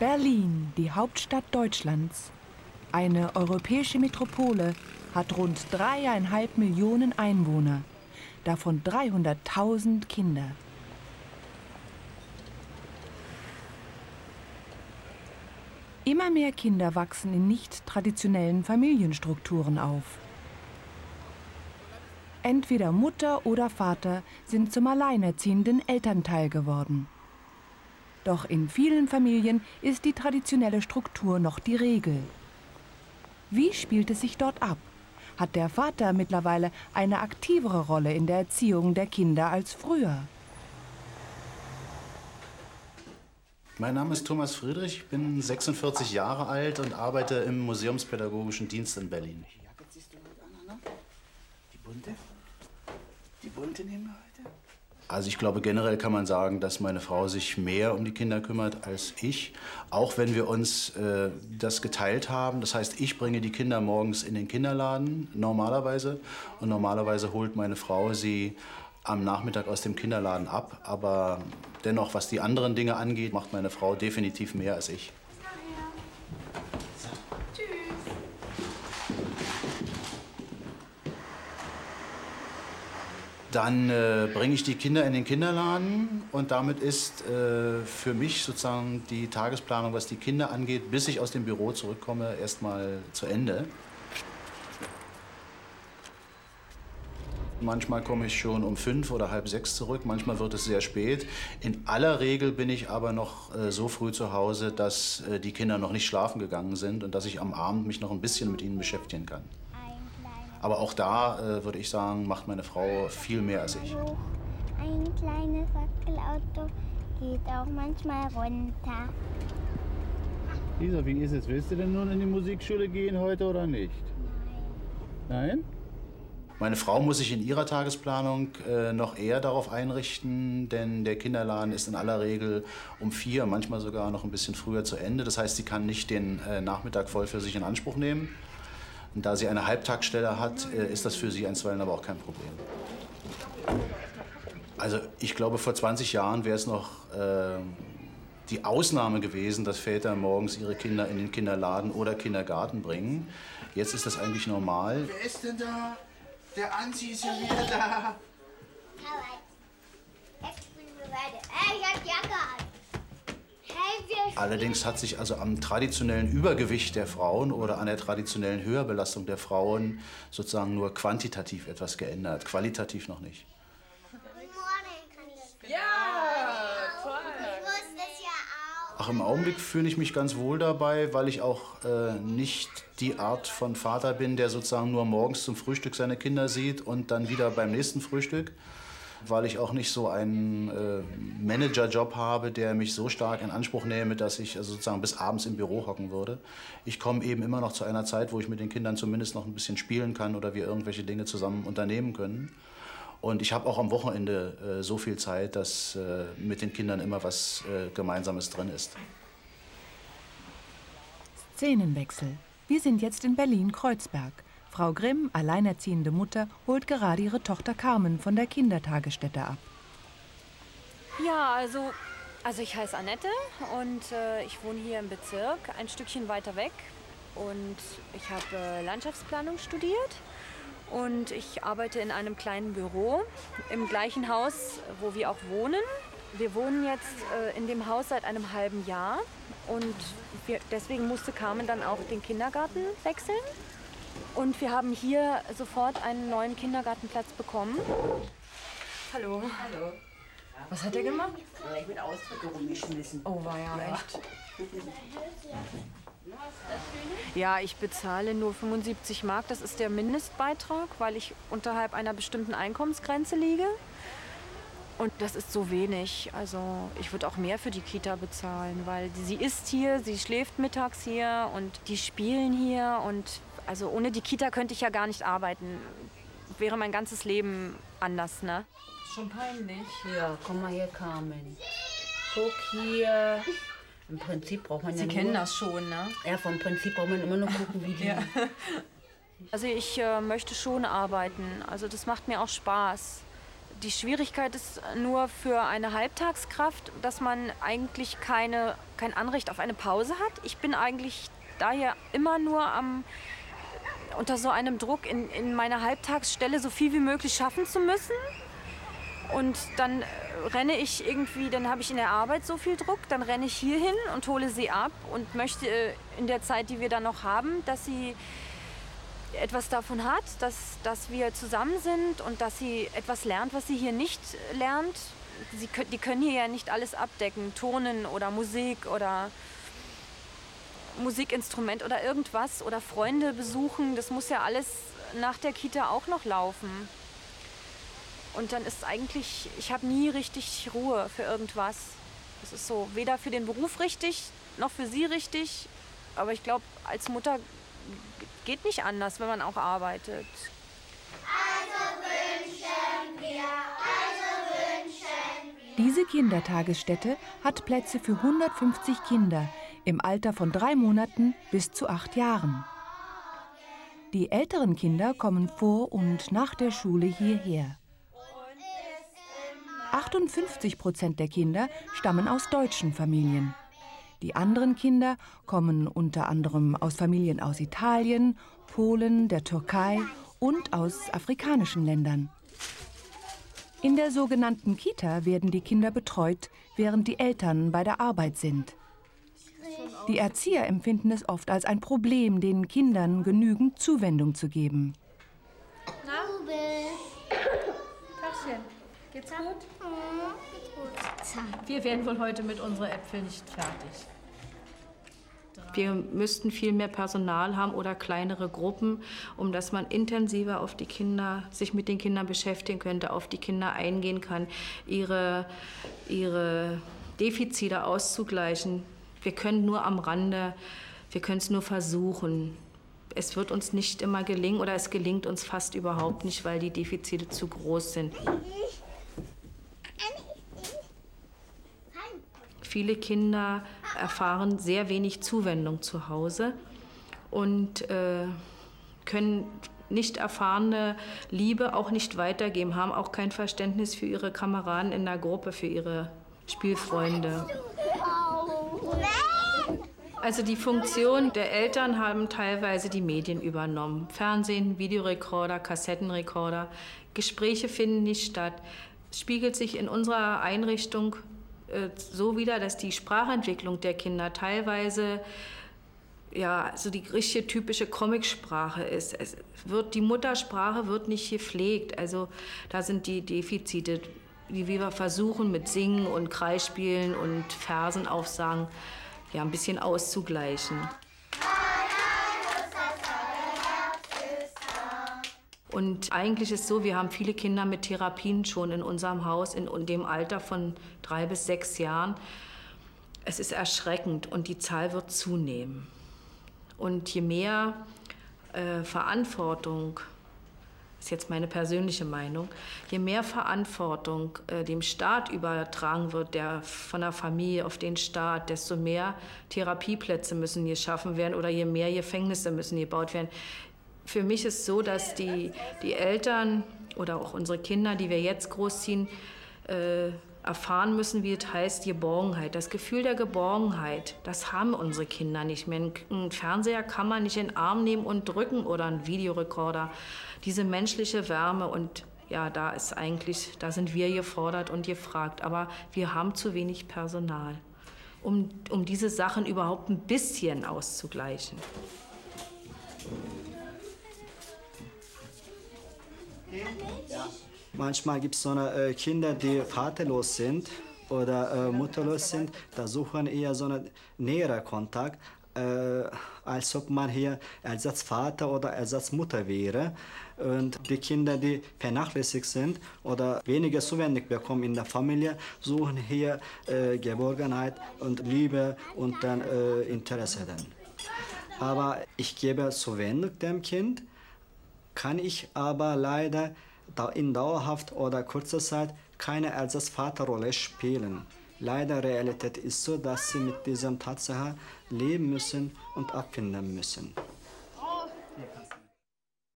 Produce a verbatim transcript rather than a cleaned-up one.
Berlin, die Hauptstadt Deutschlands, eine europäische Metropole, hat rund dreieinhalb Millionen Einwohner, davon dreihunderttausend Kinder. Immer mehr Kinder wachsen in nicht traditionellen Familienstrukturen auf. Entweder Mutter oder Vater sind zum alleinerziehenden Elternteil geworden. Doch in vielen Familien ist die traditionelle Struktur noch die Regel. Wie spielt es sich dort ab? Hat der Vater mittlerweile eine aktivere Rolle in der Erziehung der Kinder als früher? Mein Name ist Thomas Friedrich, ich bin sechsundvierzig Jahre alt und arbeite im Museumspädagogischen Dienst in Berlin. Die Jacke ziehst du heute an, ne? Die bunte? Die bunte nehmen wir heute? Also ich glaube, generell kann man sagen, dass meine Frau sich mehr um die Kinder kümmert als ich. Auch wenn wir uns äh, das geteilt haben. Das heißt, ich bringe die Kinder morgens in den Kinderladen, normalerweise. Und normalerweise holt meine Frau sie am Nachmittag aus dem Kinderladen ab. Aber dennoch, was die anderen Dinge angeht, macht meine Frau definitiv mehr als ich. Dann äh, bringe ich die Kinder in den Kinderladen und damit ist äh, für mich sozusagen die Tagesplanung, was die Kinder angeht, bis ich aus dem Büro zurückkomme, erstmal zu Ende. Manchmal komme ich schon um fünf oder halb sechs zurück, manchmal wird es sehr spät. In aller Regel bin ich aber noch äh, so früh zu Hause, dass äh, die Kinder noch nicht schlafen gegangen sind und dass ich am Abend mich noch ein bisschen mit ihnen beschäftigen kann. Aber auch da, äh, würde ich sagen, macht meine Frau viel mehr als ich. Ein kleines Wackelauto geht auch manchmal runter. Lisa, wie ist es? Willst du denn nun in die Musikschule gehen heute oder nicht? Nein. Nein? Meine Frau muss sich in ihrer Tagesplanung äh, noch eher darauf einrichten, denn der Kinderladen ist in aller Regel um vier, manchmal sogar noch ein bisschen früher zu Ende. Das heißt, sie kann nicht den äh, Nachmittag voll für sich in Anspruch nehmen. Und da sie eine Halbtagsstelle hat, ist das für sie einstweilen aber auch kein Problem. Also ich glaube, vor zwanzig Jahren wäre es noch äh, die Ausnahme gewesen, dass Väter morgens ihre Kinder in den Kinderladen oder Kindergarten bringen. Jetzt ist das eigentlich normal. Wer ist denn da? Der Anzi ist ja wieder da. Ich hab Jacke an. Allerdings hat sich also am traditionellen Übergewicht der Frauen oder an der traditionellen Höherbelastung der Frauen sozusagen nur quantitativ etwas geändert, qualitativ noch nicht. Ja, toll. Ich wusste es ja auch. Ach, im Augenblick fühle ich mich ganz wohl dabei, weil ich auch äh, nicht die Art von Vater bin, der sozusagen nur morgens zum Frühstück seine Kinder sieht und dann wieder beim nächsten Frühstück. Weil ich auch nicht so einen äh, Managerjob habe, der mich so stark in Anspruch nehme, dass ich also sozusagen bis abends im Büro hocken würde. Ich komme eben immer noch zu einer Zeit, wo ich mit den Kindern zumindest noch ein bisschen spielen kann oder wir irgendwelche Dinge zusammen unternehmen können. Und ich habe auch am Wochenende äh, so viel Zeit, dass äh, mit den Kindern immer was äh, Gemeinsames drin ist. Szenenwechsel. Wir sind jetzt in Berlin-Kreuzberg. Frau Grimm, alleinerziehende Mutter, holt gerade ihre Tochter Carmen von der Kindertagesstätte ab. Ja, also, also ich heiße Annette und äh, ich wohne hier im Bezirk, ein Stückchen weiter weg. Und ich habe äh, Landschaftsplanung studiert und ich arbeite in einem kleinen Büro im gleichen Haus, wo wir auch wohnen. Wir wohnen jetzt äh, in dem Haus seit einem halben Jahr und wir, deswegen musste Carmen dann auch den Kindergarten wechseln. Und wir haben hier sofort einen neuen Kindergartenplatz bekommen. Hallo. Hallo. Was hat er gemacht? Ich bin Ausdrücke rumgeschmissen. Oh, war ja, ja. Echt. Ja, ich bezahle nur fünfundsiebzig Mark. Das ist der Mindestbeitrag, weil ich unterhalb einer bestimmten Einkommensgrenze liege. Und das ist so wenig. Also ich würde auch mehr für die Kita bezahlen, weil sie ist hier, sie schläft mittags hier und die spielen hier. Und also ohne die Kita könnte ich ja gar nicht arbeiten. Wäre mein ganzes Leben anders, ne? Schon peinlich. Ja, komm mal her, Carmen. Guck hier. Im Prinzip braucht man Sie ja kennen nur, das schon, ne? Ja, vom Prinzip braucht man immer nur gucken, wie die... Ja. Also ich äh, möchte schon arbeiten. Also das macht mir auch Spaß. die Schwierigkeit ist nur für eine Halbtagskraft, dass man eigentlich keine, kein Anrecht auf eine Pause hat. Ich bin eigentlich daher immer nur am, unter so einem Druck, in, in meiner Halbtagsstelle so viel wie möglich schaffen zu müssen. Und dann renne ich irgendwie, dann habe ich in der Arbeit so viel Druck, dann renne ich hier hin und hole sie ab und möchte in der Zeit, die wir dann noch haben, dass sie etwas davon hat, dass, dass wir zusammen sind und dass sie etwas lernt, was sie hier nicht lernt. Sie, die können hier ja nicht alles abdecken, Turnen oder Musik oder Musikinstrument oder irgendwas oder Freunde besuchen. Das muss ja alles nach der Kita auch noch laufen. Und dann ist eigentlich, ich habe nie richtig Ruhe für irgendwas. Das ist so, weder für den Beruf richtig, noch für sie richtig. Aber ich glaube, als Mutter geht nicht anders, wenn man auch arbeitet. Also wünschen wir, also wünschen wir. Diese Kindertagesstätte hat Plätze für hundertfünfzig Kinder im Alter von drei Monaten bis zu acht Jahren. Die älteren Kinder kommen vor und nach der Schule hierher. achtundfünfzig Prozent der Kinder stammen aus deutschen Familien. Die anderen Kinder kommen unter anderem aus Familien aus Italien, Polen, der Türkei und aus afrikanischen Ländern. In der sogenannten Kita werden die Kinder betreut, während die Eltern bei der Arbeit sind. Die Erzieher empfinden es oft als ein Problem, den Kindern genügend Zuwendung zu geben. Na? Tachchen, geht's gut? Wir werden wohl heute mit unserer Äpfel nicht fertig. Wir müssten viel mehr Personal haben oder kleinere Gruppen, um dass man intensiver auf die Kinder, sich mit den Kindern beschäftigen könnte, auf die Kinder eingehen kann, ihre, ihre Defizite auszugleichen. Wir können nur am Rande, wir können es nur versuchen. Es wird uns nicht immer gelingen oder es gelingt uns fast überhaupt nicht, weil die Defizite zu groß sind. Viele Kinder erfahren sehr wenig Zuwendung zu Hause und äh, können nicht erfahrene Liebe auch nicht weitergeben, haben auch kein Verständnis für ihre Kameraden in der Gruppe, für ihre Spielfreunde. Also die Funktion der Eltern haben teilweise die Medien übernommen. Fernsehen, Videorekorder, Kassettenrekorder. Gespräche finden nicht statt. Es spiegelt sich in unserer Einrichtung so wieder, dass die Sprachentwicklung der Kinder teilweise ja, so die richtige typische Comicsprache ist. Es wird, die Muttersprache wird nicht gepflegt. Also da sind die Defizite, die wir versuchen mit Singen und Kreisspielen und Versen aufsagen, ja, ein bisschen auszugleichen. Und eigentlich ist es so, wir haben viele Kinder mit Therapien schon in unserem Haus, in, in dem Alter von drei bis sechs Jahren. Es ist erschreckend und die Zahl wird zunehmen. Und je mehr äh, Verantwortung, das ist jetzt meine persönliche Meinung, je mehr Verantwortung äh, dem Staat übertragen wird, der von der Familie auf den Staat, desto mehr Therapieplätze müssen geschaffen werden oder je mehr Gefängnisse müssen gebaut werden. Für mich ist es so, dass die, die Eltern oder auch unsere Kinder, die wir jetzt großziehen, äh, erfahren müssen, wie es heißt, Geborgenheit. Das Gefühl der Geborgenheit, das haben unsere Kinder nicht mehr. Einen Fernseher kann man nicht in den Arm nehmen und drücken oder einen Videorekorder. Diese menschliche Wärme und ja, da ist eigentlich, da sind wir gefordert und gefragt. Aber wir haben zu wenig Personal, um, um diese Sachen überhaupt ein bisschen auszugleichen. Ja. Manchmal gibt es so eine, äh, Kinder, die vaterlos sind oder äh, mutterlos sind. Da suchen eher so einen näheren Kontakt, äh, als ob man hier Ersatzvater oder Ersatzmutter wäre. Und die Kinder, die vernachlässigt sind oder weniger Zuwendung bekommen in der Familie, suchen hier äh, Geborgenheit und Liebe und dann äh, Interesse dann. Aber ich gebe Zuwendung dem Kind, kann ich aber leider in dauerhaft oder kurzer Zeit keine Ersatzvaterrolle spielen. Leider Realität ist so, dass sie mit dieser Tatsache leben müssen und abfinden müssen.